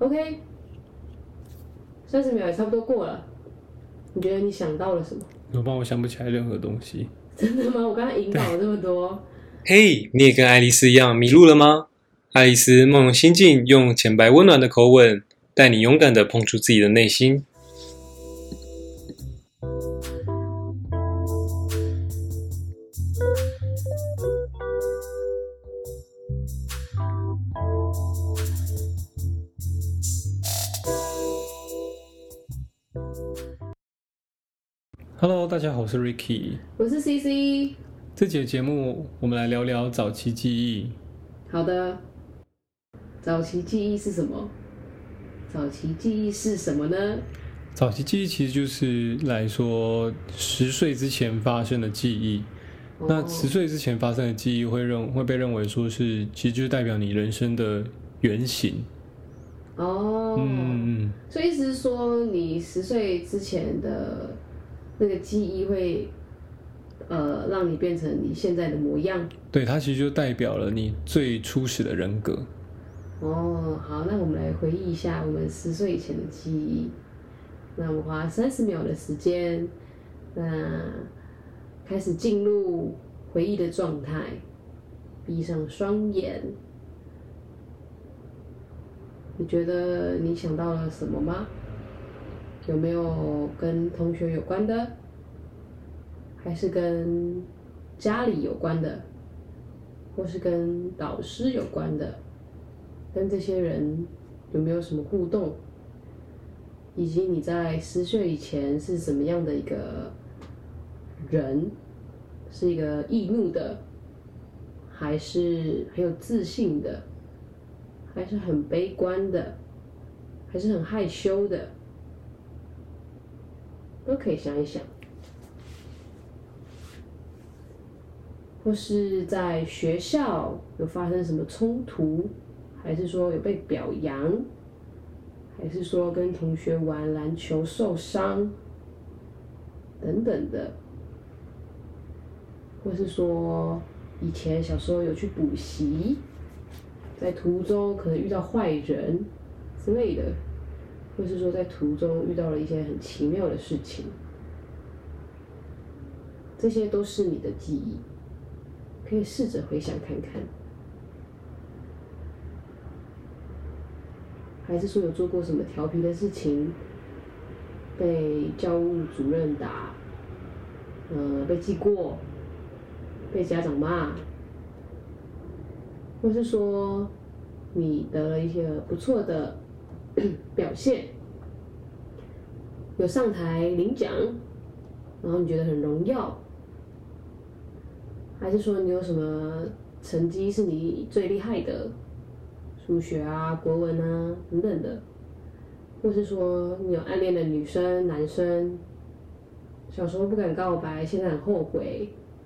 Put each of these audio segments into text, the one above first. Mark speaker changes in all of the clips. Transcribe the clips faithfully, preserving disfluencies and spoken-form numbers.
Speaker 1: OK， 三十秒也差不多过了。你觉得你想到了什么？
Speaker 2: 我帮我想不起来任何东西。
Speaker 1: 真的吗？我刚才引导了这么多。
Speaker 3: 嘿， hey, 你也跟爱丽丝一样迷路了吗？爱丽丝梦游心境，用浅白温暖的口吻，带你勇敢地碰触自己的内心。
Speaker 2: Hello， 大家好，我是 Ricky，
Speaker 1: 我是 C C。
Speaker 2: 这节节目我们来聊聊早期记忆。
Speaker 1: 好的，早期记忆是什么？早期记忆是什么呢？
Speaker 2: 早期记忆其实就是来说十岁之前发生的记忆。哦、那十岁之前发生的记忆会认会被认为说是，其实就是代表你人生的原型。
Speaker 1: 哦，嗯嗯，所以意思是说，你十岁之前的那个记忆会，呃，让你变成你现在的模样。
Speaker 2: 对，它其实就代表了你最初始的人格。
Speaker 1: 哦，好，那我们来回忆一下我们十岁以前的记忆。那我们花三十秒的时间，那开始进入回忆的状态，闭上双眼。你觉得你想到了什么吗？有没有跟同学有关的，还是跟家里有关的，或是跟导师有关的？跟这些人有没有什么互动？以及你在十岁以前是什么样的一个人？是一个易怒的，还是很有自信的，还是很悲观的，还是很害羞的？都可以想一想。或是在学校有发生什么冲突，还是说有被表扬，还是说跟同学玩篮球受伤等等的，或是说以前小时候有去补习，在途中可能遇到坏人之类的，或是说在途中遇到了一些很奇妙的事情，这些都是你的记忆，可以试着回想看看。还是说有做过什么调皮的事情，被教务主任打，呃，被记过，被家长骂，或是说你得了一些不错的表现，有上台领奖，然后你觉得很荣耀，还是说你有什么成绩是你最厉害的？数学啊、国文啊等等的，或是说你有暗恋的女生、男生，小时候不敢告白，现在很后悔。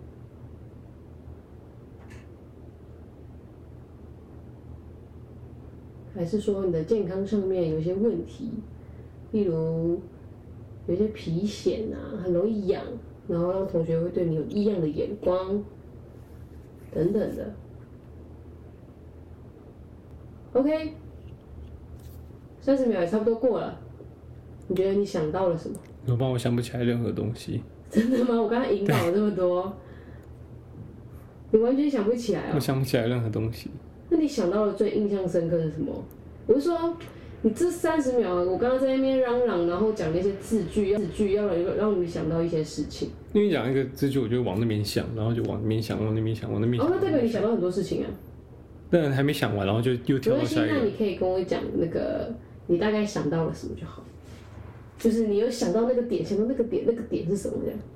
Speaker 1: 还是说你的健康上面有一些问题，例如有一些皮癣啊，很容易痒，然后让同学会对你有异样的眼光，等等的。OK， 三十秒也差不多过了。你觉得你想到了什么？
Speaker 2: 我帮我想不起来任何东西。
Speaker 1: 真的吗？我刚才引导了这么多，你完全想不起来哦。
Speaker 2: 我想不起来任何东西。
Speaker 1: 那你想到了最印象深刻是什么？我是说，你这三十秒，我刚刚在那边嚷嚷，然后讲那些字句，字句要让你想到一些事情。
Speaker 2: 因为讲一个字句，我就往那边想，然后就往那边想，往那边想，往那边想。
Speaker 1: 哦，那代表你想到很多事情啊。
Speaker 2: 但还没想完，然后就又跳到下一个。
Speaker 1: 那你可以跟我讲那个你大概想到了什么就好，就是你有想到那个点，想到那个点，那个点是什么这样？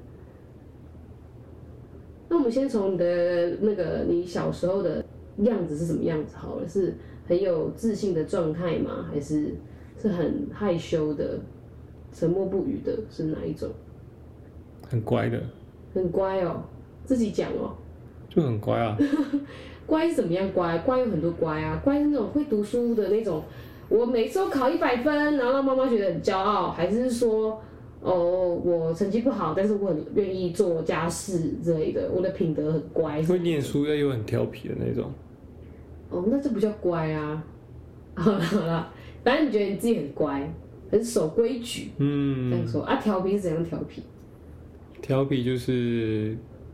Speaker 1: 那我们先从你的那个你小时候的样子是什么样子好了？是很有自信的状态吗？还是是很害羞的、沉默不语的？是哪一种？
Speaker 2: 很乖的。
Speaker 1: 很乖哦，自己讲哦。
Speaker 2: 就很乖啊。
Speaker 1: 乖是怎么样乖？乖有很多乖啊，乖是那种会读书的那种，我每次都考一百分，然后让妈妈觉得很骄傲，还是说，哦，我成绩不好，但是我很愿意做家事之类的，我的品德很乖。
Speaker 2: 会念书又很调皮的那种。
Speaker 1: 哦，那这不叫乖啊。好了好了， 反正你觉得你自己很乖，很守规矩，
Speaker 2: 嗯，
Speaker 1: 这样说啊。调皮是怎样调皮？
Speaker 2: 调皮就是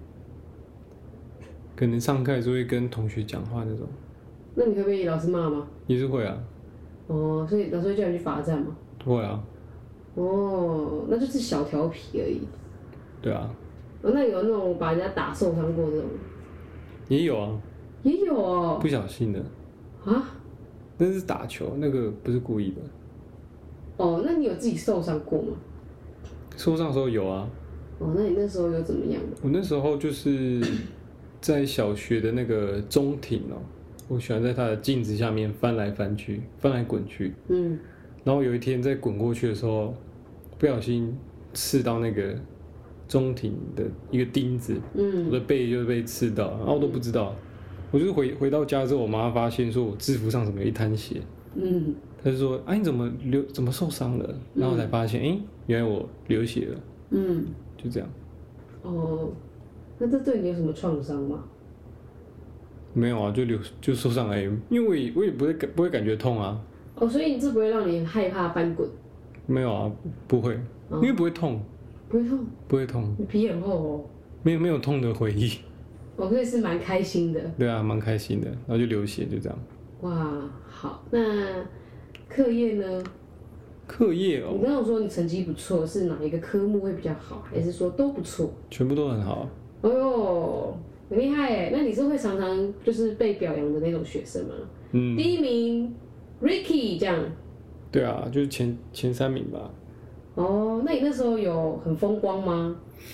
Speaker 2: 可能上课的时候会跟同学讲话那种，
Speaker 1: 那你会被老师骂吗？
Speaker 2: 也是会啊，
Speaker 1: 哦，所以老师会叫你去罚站吗？
Speaker 2: 会啊，
Speaker 1: 哦，那就是小调皮而已。
Speaker 2: 对啊，
Speaker 1: 哦，那有那种把人家打受伤过这种？
Speaker 2: 也有啊，
Speaker 1: 也有哦。
Speaker 2: 不小心的，
Speaker 1: 啊？
Speaker 2: 那是打球，那个不是故意的。
Speaker 1: 哦，那你有自己受伤过吗？
Speaker 2: 受伤的时候有啊。
Speaker 1: 哦，那你那时候有怎么样？
Speaker 2: 我那时候就是在小学的那个中庭哦，我喜欢在它的镜子下面翻来翻去，翻来滚去。
Speaker 1: 嗯。
Speaker 2: 然后有一天在滚过去的时候，不小心刺到那个中庭的一个钉子，
Speaker 1: 嗯，
Speaker 2: 我的背就被刺到，然后我都不知道。我就是回回到家之后，我妈发现说我制服上怎么有一滩血，
Speaker 1: 嗯，
Speaker 2: 她就说：“哎、啊，你怎么流怎么受伤了？”然后我才发现，哎、欸，原来我流血了。
Speaker 1: 嗯，
Speaker 2: 就这样。
Speaker 1: 哦，那这对你有什么创伤吗？
Speaker 2: 没有啊，就流就受伤而已，因为我也我也不会感不会感觉痛啊。
Speaker 1: 哦，所以你这不会让你害怕翻滚？
Speaker 2: 没有啊，不会，
Speaker 1: 哦、
Speaker 2: 因为不会痛。
Speaker 1: 不会痛？
Speaker 2: 不会痛。
Speaker 1: 你皮很厚哦。
Speaker 2: 没有没有痛的回忆。
Speaker 1: 哦，所以是蛮开心的。
Speaker 2: 对啊，蛮开心的，然后就流血，就这样。
Speaker 1: 哇，好，那课业呢？
Speaker 2: 课业哦。
Speaker 1: 你刚刚说你成绩不错，是哪一个科目会比较好，还是说都不错？
Speaker 2: 全部都很好。
Speaker 1: 哦哟，很厉害哎！那你是会常常就是被表扬的那种学生吗？嗯。第一名 Ricky 这样。
Speaker 2: 对啊，就是前前三名吧。
Speaker 1: 哦，那你那时候有很风光吗？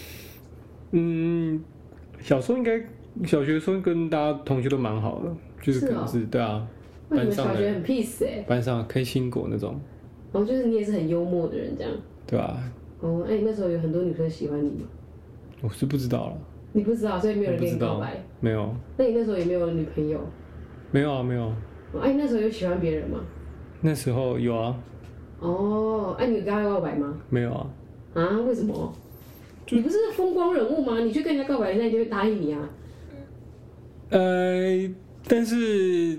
Speaker 2: 嗯，小时候应该小学的时候跟大家同学都蛮好的，就是可能是, 是、哦、对啊。
Speaker 1: 那你们小学很 peace 哎。
Speaker 2: 班上开心果那种。
Speaker 1: 哦，就是你也是很幽默的人这样。
Speaker 2: 对啊。
Speaker 1: 哦，哎、欸，那时候有很多女生喜欢你吗？
Speaker 2: 我是不知道了。
Speaker 1: 你不知道，所以没有人跟你告白。
Speaker 2: 没有。
Speaker 1: 那你那时候也没有女朋友？
Speaker 2: 没有啊，没有。
Speaker 1: 哎、欸，那时候有喜欢别人吗？
Speaker 2: 那时候有啊。
Speaker 1: 哦，哎、啊，你有跟他告白吗？
Speaker 2: 没有啊。
Speaker 1: 啊？为什么？你不是风光人物吗？你去跟人家告白，人家一定会答应你啊。
Speaker 2: 呃，但是，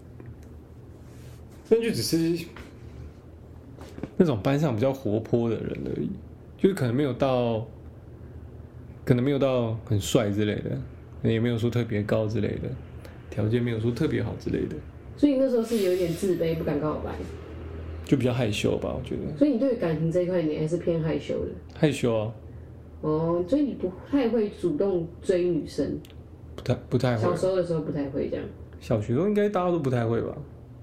Speaker 2: 那就只是那种班上比较活泼的人而已，就是可能没有到，可能没有到很帅之类的，也没有说特别高之类的，条件没有说特别好之类的。
Speaker 1: 所以你那时候是有一点自卑，不敢告白。
Speaker 2: 就比较害羞吧，我觉得。
Speaker 1: 所以你对感情这一块，你还是偏害羞的。
Speaker 2: 害羞啊。
Speaker 1: 哦，所以你不太会主动追女生。
Speaker 2: 不太不太会。
Speaker 1: 小时候的时候不太会这样。
Speaker 2: 小学时候应该大家都不太会吧。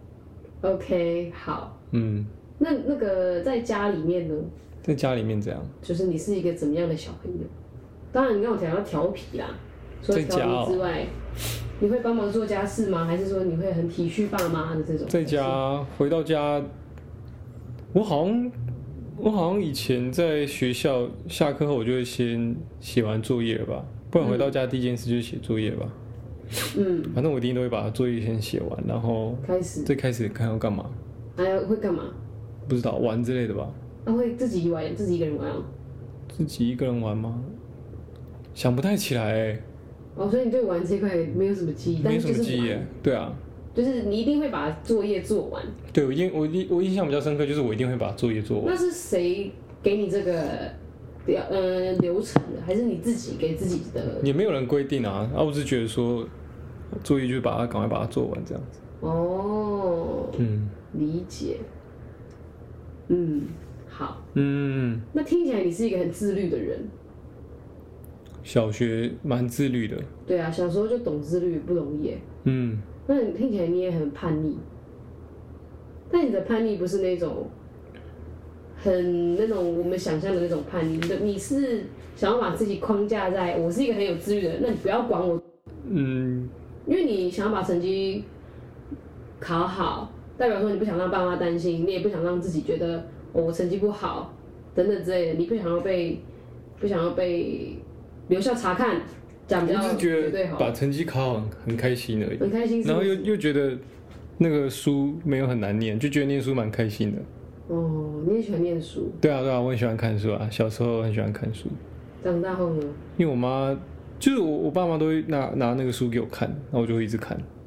Speaker 1: OK， 好。
Speaker 2: 嗯。
Speaker 1: 那那个在家里面呢？
Speaker 2: 在家里面怎样？
Speaker 1: 就是你是一个怎么样的小朋友？当然，你刚我讲到调皮啦，除了调皮之外。你会帮忙做家事吗？还是说你会很体恤爸妈的这种？
Speaker 2: 在家回到家，我好像我好像以前在学校下课后，我就会先写完作业吧，不然回到家第一件事就是写作业吧。嗯，反正我一定都会把作业先写完，然后
Speaker 1: 开始
Speaker 2: 再开始看要干嘛。
Speaker 1: 还要会干嘛？
Speaker 2: 不知道，玩之类的吧。
Speaker 1: 啊，会自己玩，自己一个人玩哦。
Speaker 2: 自己一个人玩吗？想不太起来哎、欸。
Speaker 1: 哦，所以你对玩这块没有什么记忆，
Speaker 2: 没什么记忆，对啊，
Speaker 1: 就是你一定会把作业做完。
Speaker 2: 对，我印我印我印象比较深刻，就是我一定会把作业做完。
Speaker 1: 那是谁给你这个表呃流程的？还是你自己给自己的？
Speaker 2: 也没有人规定啊，啊，我只是觉得说作业就把它赶快把它做完这样子。
Speaker 1: 哦，嗯，理解。嗯，好。嗯，那听起来你是一个很自律的人。
Speaker 2: 小学蛮自律的。
Speaker 1: 对啊，小时候就懂自律不容易。嗯。那你听起来你也很叛逆，但你的叛逆不是那种很那种我们想象的那种叛逆，你是想要把自己框架在我是一个很有自律的人，那你不要管我。嗯。因为你想要把成绩考好，代表说你不想让爸妈担心，你也不想让自己觉得、哦、我成绩不好等等之类的，你不想要被不想要被留校察看，讲比较绝对好。
Speaker 2: 把成绩考好很开心而已，
Speaker 1: 很开心是不是。
Speaker 2: 然后又又觉得那个书没有很难念，就觉得念书蛮开心的。
Speaker 1: 哦，你也喜欢念书？
Speaker 2: 对啊对啊，我很喜欢看书啊，小时候很喜欢看书。
Speaker 1: 长大后呢？因
Speaker 2: 为我妈就是我我爸妈都会拿拿那个书给我看，然后我就会一直看。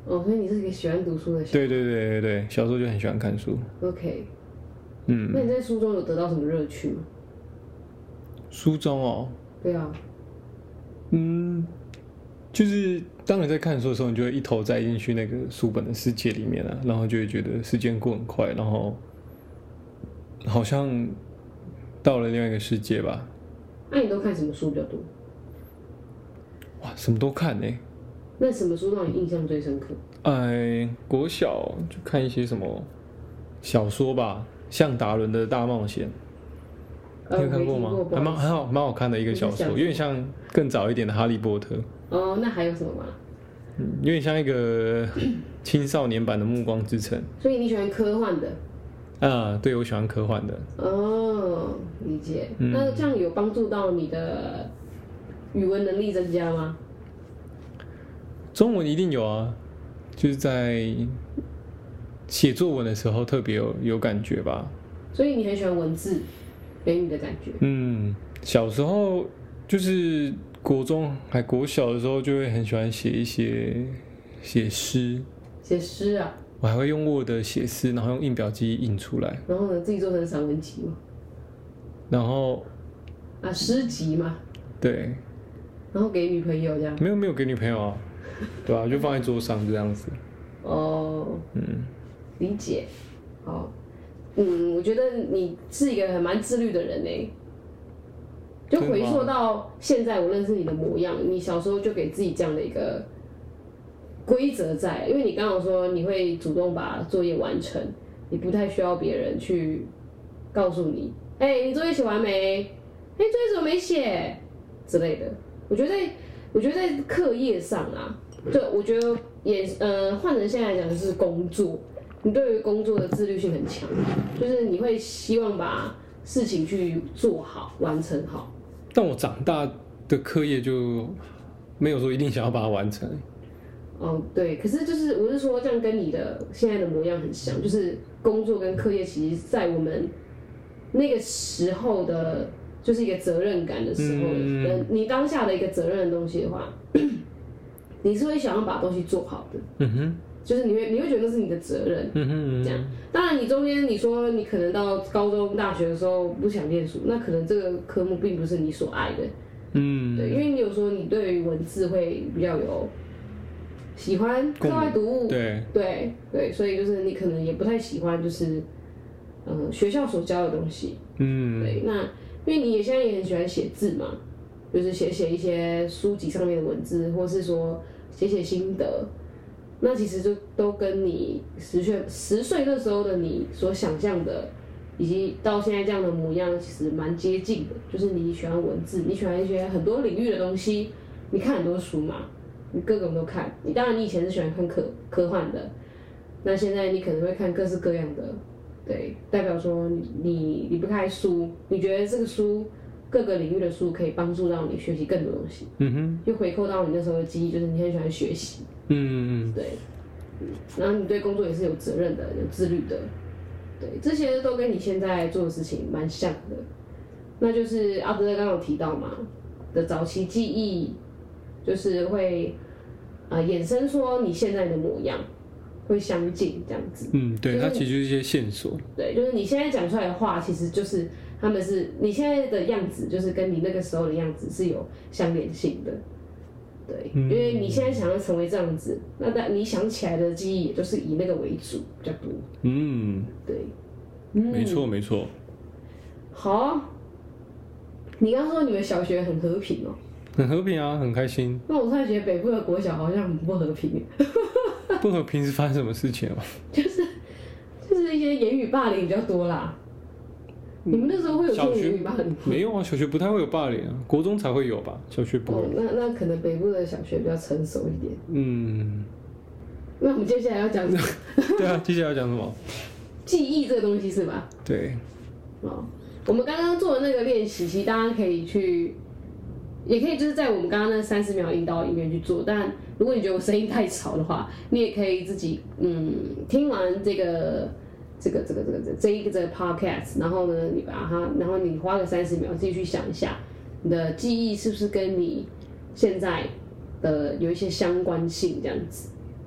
Speaker 1: 哦，所以你是一个喜欢读书的小孩。
Speaker 2: 对对对对对，小时候就很喜欢看书。
Speaker 1: OK，
Speaker 2: 嗯，
Speaker 1: 那你在书中有得到什么乐趣吗？
Speaker 2: 书中哦，
Speaker 1: 对啊，
Speaker 2: 嗯，就是当你在看书的时候，你就会一头栽进去那个书本的世界里面啊，然后就会觉得时间过很快，然后好像到了另外一个世界吧。
Speaker 1: 那、你都看什么书比较多？
Speaker 2: 哇，什么都看呢、欸。
Speaker 1: 那什么书让你印象最深刻？
Speaker 2: 哎，国小就看一些什么小说吧，像达伦的《大冒险》，
Speaker 1: 呃，
Speaker 2: 你有看过吗？
Speaker 1: 过
Speaker 2: 还蛮很好，蛮好看的一个小说，有点像更早一点的《哈利波特》。
Speaker 1: 哦，那还有什么吗？
Speaker 2: 嗯，有点像一个青少年版的《暮光之城》。
Speaker 1: 所以你喜欢科幻的？
Speaker 2: 啊，对，我喜欢科幻的。
Speaker 1: 哦，理解。嗯、那这样有帮助到你的语文能力增加吗？
Speaker 2: 中文一定有啊，就是在写作文的时候特别有有感觉吧。
Speaker 1: 所以你很喜欢文字给你的感觉？
Speaker 2: 嗯，小时候就是国中还国小的时候，就会很喜欢写一些写诗。
Speaker 1: 写诗啊？
Speaker 2: 我还会用 Word 写诗，然后用印表机印出来。
Speaker 1: 然后呢，自己做成散文集嘛。
Speaker 2: 然后
Speaker 1: 啊，诗集嘛。
Speaker 2: 对。
Speaker 1: 然后给女朋友这样？
Speaker 2: 没有没有给女朋友啊，对吧、啊？就放在桌上这样子。
Speaker 1: 哦。
Speaker 2: 嗯。
Speaker 1: 理解。好。嗯，我觉得你是一个很蛮自律的人呢。就回溯到现在我认识你的模样，你小时候就给自己这样的一个规则在，因为你刚刚说你会主动把作业完成，你不太需要别人去告诉你，哎、欸，你作业写完没？哎、欸，作业怎么没写？之类的。我觉得在，我觉得在课业上啊，就我觉得也呃，换成现在来讲就是工作，你对于工作的自律性很强，就是你会希望把事情去做好、完成好。
Speaker 2: 但我长大的课业就没有说一定想要把它完成。
Speaker 1: 哦，对，可是就是我是说，这样跟你的现在的模样很像，就是工作跟课业，其实在我们那个时候的，就是一个责任感的时候，嗯，你当下的一个责任的东西的话，你是会想要把东西做好的，
Speaker 2: 嗯哼，
Speaker 1: 就是你会你会觉得那是你的责任，
Speaker 2: 嗯哼，
Speaker 1: 这样。当然，你中间你说你可能到高中、大学的时候不想念书，那可能这个科目并不是你所爱的，
Speaker 2: 嗯，
Speaker 1: 对，因为你有说你对于文字会比较有。喜欢课外读物，
Speaker 2: 对
Speaker 1: 对对，所以就是你可能也不太喜欢，就是嗯、呃、学校所教的东西，
Speaker 2: 嗯，
Speaker 1: 对，那因为你也现在也很喜欢写字嘛，就是写写一些书籍上面的文字，或是说写写心得，那其实就都跟你十岁十岁那时候的你所想象的，以及到现在这样的模样，其实蛮接近的。就是你喜欢文字，你喜欢一些很多领域的东西，你看很多书嘛。你各种都看，你当然你以前是喜欢看科科幻的，那现在你可能会看各式各样的，对，代表说你你离不开书，你觉得这个书各个领域的书可以帮助到你学习更多东西，
Speaker 2: 嗯哼，
Speaker 1: 就回扣到你那时候的记忆，就是你很喜欢学习，
Speaker 2: 嗯嗯嗯，
Speaker 1: 对，然后你对工作也是有责任的，有自律的，对，这些都跟你现在做的事情蛮像的，那就是阿德勒刚刚有提到嘛的早期记忆。就是会，呃，衍生说你现在的模样会相近这样子。
Speaker 2: 嗯，对，
Speaker 1: 就是、
Speaker 2: 它其实就是一些线索。
Speaker 1: 对，就是你现在讲出来的话，其实就是他们是你现在的样子，就是跟你那个时候的样子是有相连性的。对，嗯、因为你现在想要成为这样子，那但你想起来的记忆也就是以那个为主比较多。
Speaker 2: 嗯，
Speaker 1: 对，
Speaker 2: 嗯、没错没错。
Speaker 1: 好、啊，你刚刚说你们小学很和平哦。
Speaker 2: 很和平啊，很开心。
Speaker 1: 那我突然觉得北部的国小好像很不和平。
Speaker 2: 不和平是发生什么事情啊？
Speaker 1: 就是就是一些言语霸凌比较多啦。你们那时候会有这种言语霸凌吗？
Speaker 2: 没有啊，小学不太会有霸凌啊，国中才会有吧，小学不会。
Speaker 1: 哦，那那可能北部的小学比较成熟一点。
Speaker 2: 嗯。
Speaker 1: 那我们接下来要讲什么？
Speaker 2: 对啊，接下来要讲什么？
Speaker 1: 记忆这个东西是吧？
Speaker 2: 对。
Speaker 1: 哦，我们刚刚做的那个练习，其实大家可以去。也可以就是在我们刚刚那三十秒引导里面去做，但如果你觉得我声音太吵的话，你也可以自己嗯听完这个这个这个这个这一个这个 podcast， 然后呢你把它，然后你花个三十秒自己去想一下，你的记忆是不是跟你现在的有一些相关性这样子。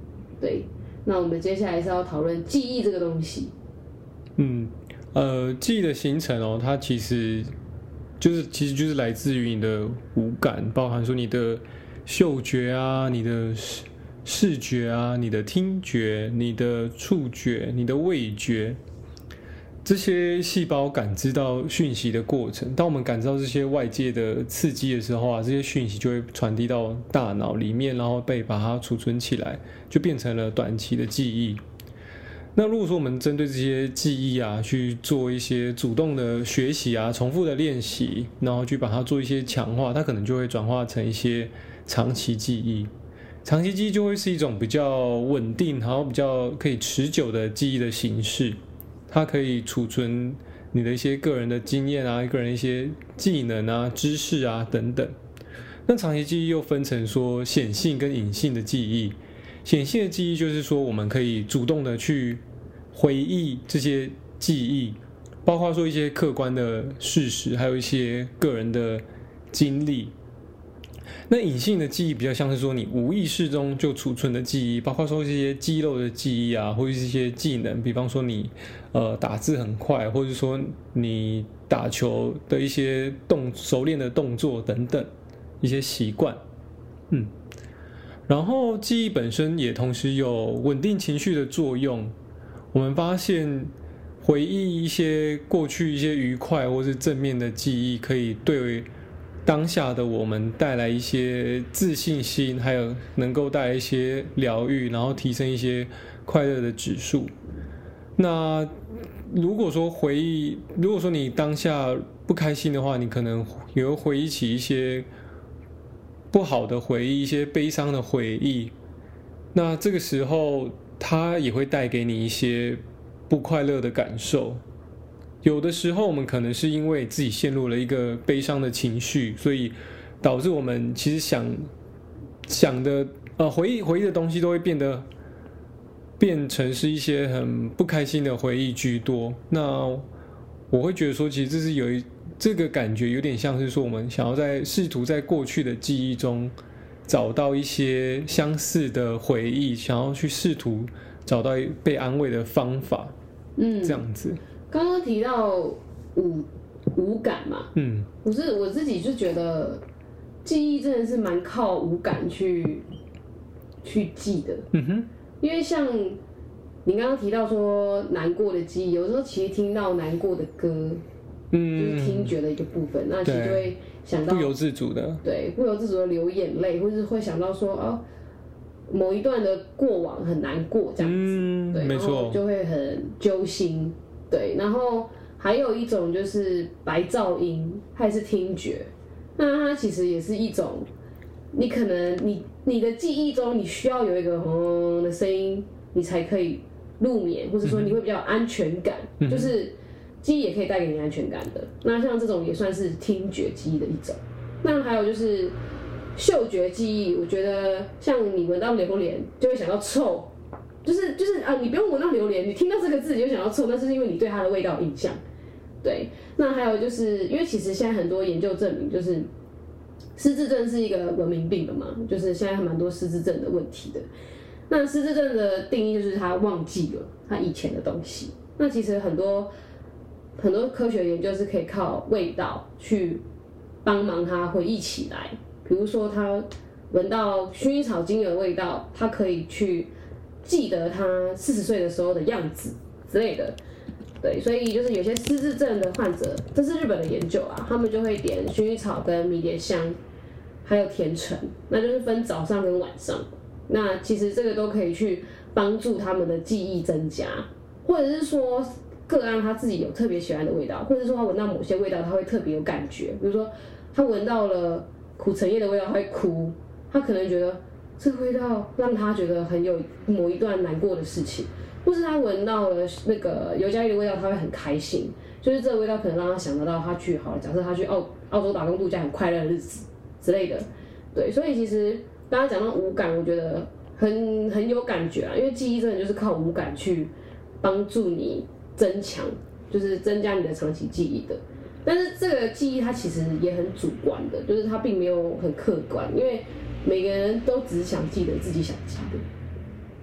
Speaker 1: 对，那我们接下来是要讨论记忆这个东西。
Speaker 2: 嗯，呃，记忆的形成哦，它其实就是其实就是来自于你的五感，包含说你的嗅觉啊、你的视视觉啊、你的听觉、你的触觉、你的味觉。这些细胞感知到讯息的过程，当我们感知到这些外界的刺激的时候啊，这些讯息就会传递到大脑里面，然后被把它储存起来，就变成了短期的记忆。那如果说我们针对这些记忆啊，去做一些主动的学习啊，重复的练习，然后去把它做一些强化，它可能就会转化成一些长期记忆。长期记忆就会是一种比较稳定，然后比较可以持久的记忆的形式。它可以储存你的一些个人的经验啊，个人一些技能啊、知识啊等等。那长期记忆又分成说显性跟隐性的记忆。显性的记忆就是说我们可以主动的去回忆这些记忆，包括说一些客观的事实，还有一些个人的经历。那隐性的记忆比较像是说你无意识中就储存的记忆，包括说这些肌肉的记忆啊，或者是一些技能，比方说你呃打字很快，或者说你打球的一些动熟练的动作等等一些习惯，嗯，然后记忆本身也同时有稳定情绪的作用。我们发现回忆一些过去一些愉快或是正面的记忆，可以对当下的我们带来一些自信心，还有能够带来一些疗愈，然后提升一些快乐的指数。那如果说回忆，如果说你当下不开心的话，你可能也会回忆起一些不好的回忆，一些悲伤的回忆。那这个时候，它也会带给你一些不快乐的感受。有的时候我们可能是因为自己陷入了一个悲伤的情绪，所以导致我们其实想想的呃回忆回忆的东西都会变得变成是一些很不开心的回忆居多。那我会觉得说，其实这是有一这个感觉有点像是说，我们想要在试图在过去的记忆中找到一些相似的回忆，想要去试图找到被安慰的方法，嗯，这样子。
Speaker 1: 刚刚提到五五感嘛，嗯，我是我自己就觉得记忆真的是蛮靠五感去去记的，嗯哼，因为像你刚刚提到说难过的记忆，有时候其实听到难过的歌，嗯，就是听觉的一个部分，那其实就会想到
Speaker 2: 不由自主的，
Speaker 1: 对，不由自主的流眼泪，或是会想到说哦，某一段的过往很难过这样子，嗯，对，
Speaker 2: 没错，
Speaker 1: 然后就会很揪心。对，然后还有一种就是白噪音，它也是听觉，那它其实也是一种，你可能你你的记忆中你需要有一个轰的声音，你才可以入眠，或者说你会比较有安全感，嗯、就是记忆也可以带给你安全感的。那像这种也算是听觉记忆的一种。那还有就是嗅觉记忆，我觉得像你闻到榴莲就会想到臭。就是就是啊，你不用闻到榴莲，你听到这个字你就想要臭，那是因为你对它的味道有印象。对，那还有就是因为其实现在很多研究证明，就是失智症是一个文明病的嘛，就是现在还蛮多失智症的问题的。那失智症的定义就是他忘记了他以前的东西。那其实很多很多科学研究是可以靠味道去帮忙他回忆起来，比如说他闻到薰衣草精油的味道，他可以去记得他四十岁的时候的样子之类的，对，所以就是有些失智症的患者，这是日本的研究啊，他们就会点薰衣草跟迷迭香，还有甜橙，那就是分早上跟晚上。那其实这个都可以去帮助他们的记忆增加，或者是说个案他自己有特别喜欢的味道，或者说他闻到某些味道他会特别有感觉，比如说他闻到了苦橙叶的味道他会哭，他可能觉得这个味道让他觉得很有某一段难过的事情，或是他闻到了那个尤加利的味道，他会很开心，就是这个味道可能让他想得到他去好了，假设他去澳澳洲打工度假很快乐的日子之类的，对，所以其实刚刚讲到五感，我觉得很很有感觉啊，因为记忆真的就是靠五感去帮助你增强，就是增加你的长期记忆的。但是这个记忆它其实也很主观的，就是它并没有很客观，因为每个人都只想记得自己想记的。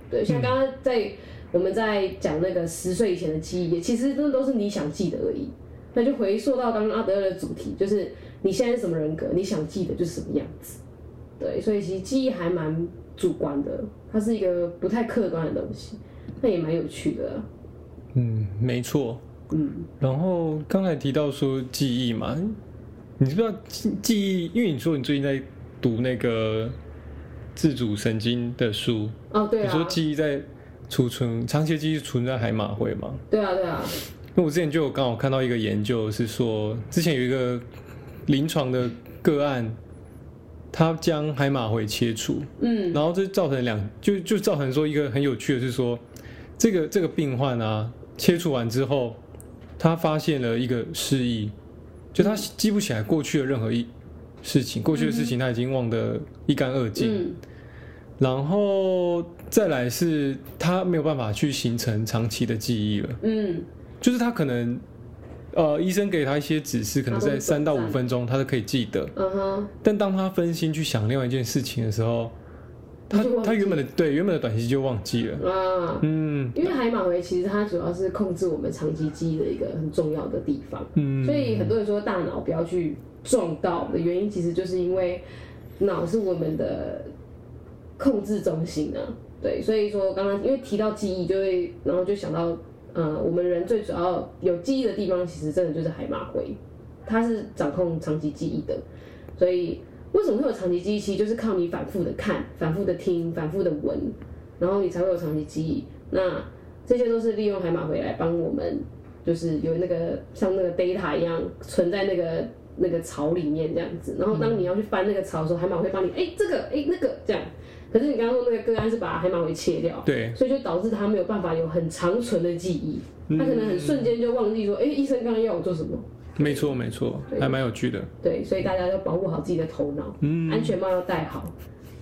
Speaker 1: 对，像刚刚在我们在讲那个十岁以前的记忆，其实真的都是你想记的而已。那就回溯到刚刚阿德勒的主题，就是你现在是什么人格，你想记的就是什么样子。对，所以其实记忆还蛮主观的，它是一个不太客观的东西，那也蛮有趣的、啊。
Speaker 2: 嗯，没错。
Speaker 1: 嗯，
Speaker 2: 然后刚才提到说记忆嘛，你知不知道记记忆？因为你说你最近在读那个自主神经的书，
Speaker 1: 哦，对啊，
Speaker 2: 你说记忆在储存，长期的记忆存在海马回嘛？
Speaker 1: 对啊，对啊。
Speaker 2: 因为我之前就有刚好看到一个研究，是说之前有一个临床的个案，他将海马回切除，嗯，然后这造成两就就造成说一个很有趣的是说，这个这个病患啊，切除完之后，他发现了一个失忆，就他记不起来过去的任何一事情，过去的事情他已经忘得一干二净，嗯，然后再来是他没有办法去形成长期的记忆了，嗯，就是他可能。呃，医生给他一些指示，可能在三到五分钟，他都可以记得。嗯哼。但当他分心去想另外一件事情的时候，他他原本的对原本的短期就忘记了。啊，嗯。
Speaker 1: 因为海马回其实它主要是控制我们长期记忆的一个很重要的地方。嗯。所以很多人说大脑不要去撞到的原因，其实就是因为脑是我们的控制中心啊。对，所以说刚刚因为提到记忆，就会然后就想到。呃，我们人最主要有记忆的地方，其实真的就是海马回，它是掌控长期记忆的。所以为什么会有长期记忆？其实就是靠你反复的看、反复的听、反复的闻，然后你才会有长期记忆。那这些都是利用海马回来帮我们，就是有那个像那个 data 一样存在那个那个槽里面这样子。然后当你要去翻那个槽的时候，海马回帮你，哎、欸，这个，哎、欸，那个这样。可是你刚刚说那个个案是把海马回切掉，
Speaker 2: 对，
Speaker 1: 所以就导致他没有办法有很长存的记忆，他可能很瞬间就忘记说，哎、欸，医生刚刚要我做什么。
Speaker 2: 没错没错，还蛮有趣的。
Speaker 1: 对，所以大家要保护好自己的头脑，嗯，安全帽要戴好，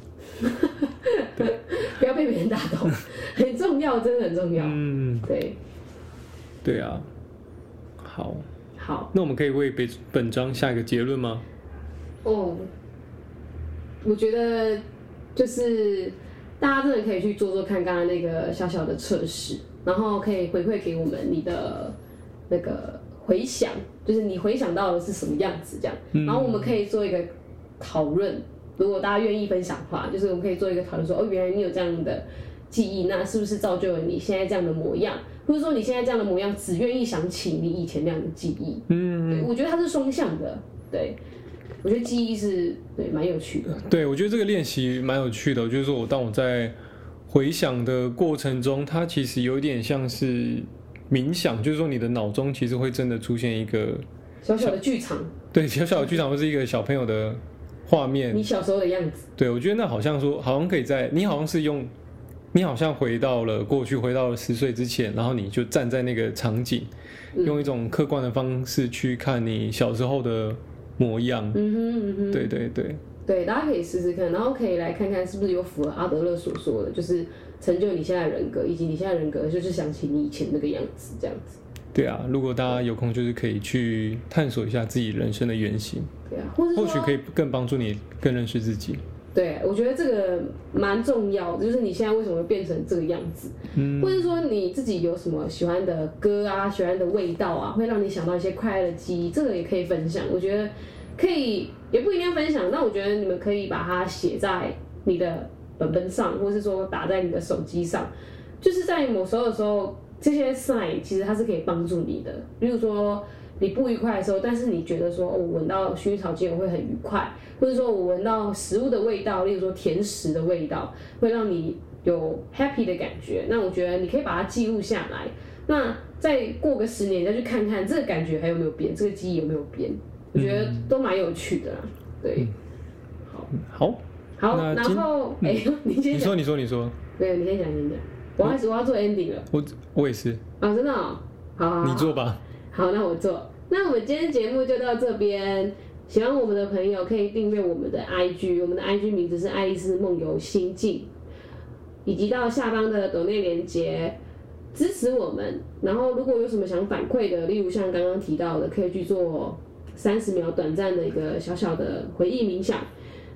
Speaker 1: 不要被别人打到，很重要，真的很重要。嗯，对，
Speaker 2: 对啊，好，
Speaker 1: 好，
Speaker 2: 那我们可以为本本章下一个结论吗？
Speaker 1: 哦，我觉得。就是大家真的可以去做做看刚刚那个小小的测试，然后可以回馈给我们你的那个回想，就是你回想到的是什么样子这样，然后我们可以做一个讨论，如果大家愿意分享的话，就是我们可以做一个讨论说，哦，原来你有这样的记忆，那是不是造就了你现在这样的模样，或者说你现在这样的模样只愿意想起你以前那样的记忆，嗯，对，我觉得它是双向的，对。我觉得记忆是对蛮有趣的。
Speaker 2: 对，我觉得这个练习蛮有趣的。就是说我当我在回想的过程中，它其实有点像是冥想，就是说你的脑中其实会真的出现一个
Speaker 1: 小小的剧场。
Speaker 2: 对，小小的剧场，或是一个小朋友的画面，
Speaker 1: 你小时候的样子。
Speaker 2: 对，我觉得那好像说，好像可以在你好像是用，你好像回到了过去，回到了十岁之前，然后你就站在那个场景，嗯、用一种客观的方式去看你小时候的。模样，嗯哼嗯哼，对对对，
Speaker 1: 对，大家可以试试看，然后可以来看看是不是有符合阿德勒所说的，就是成就你现在人格，以及你现在人格就是想起你以前那个样子，这样子。
Speaker 2: 对啊，如果大家有空，就是可以去探索一下自己人生的原型，
Speaker 1: 对啊，或者
Speaker 2: 或许可以更帮助你更认识自己。
Speaker 1: 对，我觉得这个蛮重要的，就是你现在为什么会变成这个样子，嗯，或者说你自己有什么喜欢的歌啊、喜欢的味道啊，会让你想到一些快乐的记忆，这个也可以分享。我觉得可以，也不一定要分享，但我觉得你们可以把它写在你的本本上，或是说打在你的手机上，就是在某时候的时候，这些 sign 其实它是可以帮助你的。比如说你不愉快的时候，但是你觉得说，哦，我闻到薰衣草精油会很愉快，或者说我闻到食物的味道，例如说甜食的味道，会让你有 happy 的感觉。那我觉得你可以把它记录下来。那再过个十年，你再去看看这个感觉还有没有变，这个记忆有没有变，我觉得都蛮有趣的啦。对，
Speaker 2: 好，好，
Speaker 1: 好，然后哎、欸，你先
Speaker 2: 你说，你说，你说，
Speaker 1: 没有，你先讲，你先讲。我开始我要做 ending 了。
Speaker 2: 我我也是。
Speaker 1: 啊、哦，真的、哦，好，好，好，
Speaker 2: 你做吧。
Speaker 1: 好，那我做。那我们今天节目就到这边。喜欢我们的朋友可以订阅我们的 I G， 我们的 I G 名字是爱丽丝梦游心境，以及到下方的抖内连结支持我们。然后如果有什么想反馈的，例如像刚刚提到的，可以去做三十秒短暂的一个小小的回忆冥想。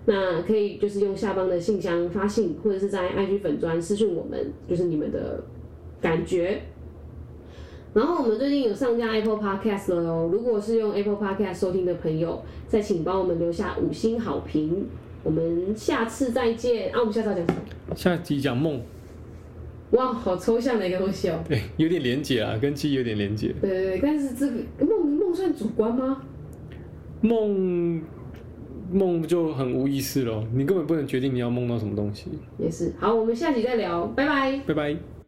Speaker 1: 那可以就是用下方的信箱发信，或者是在 I G 粉专私讯我们，就是你们的感觉。然后我们最近有上架 Apple Podcast 了哦，如果是用 Apple Podcast 收听的朋友，再请帮我们留下五星好评。我们下次再见啊！我们下次要讲什么？
Speaker 2: 下集讲梦。
Speaker 1: 哇，好抽象的一个东西哦。
Speaker 2: 对，有点连结啊，跟记忆有点连结。
Speaker 1: 对对对，但是这个梦梦算主观吗？
Speaker 2: 梦梦就很无意识咯，你根本不能决定你要梦到什么东西。
Speaker 1: 也是。好，我们下集再聊，拜拜。
Speaker 2: 拜拜。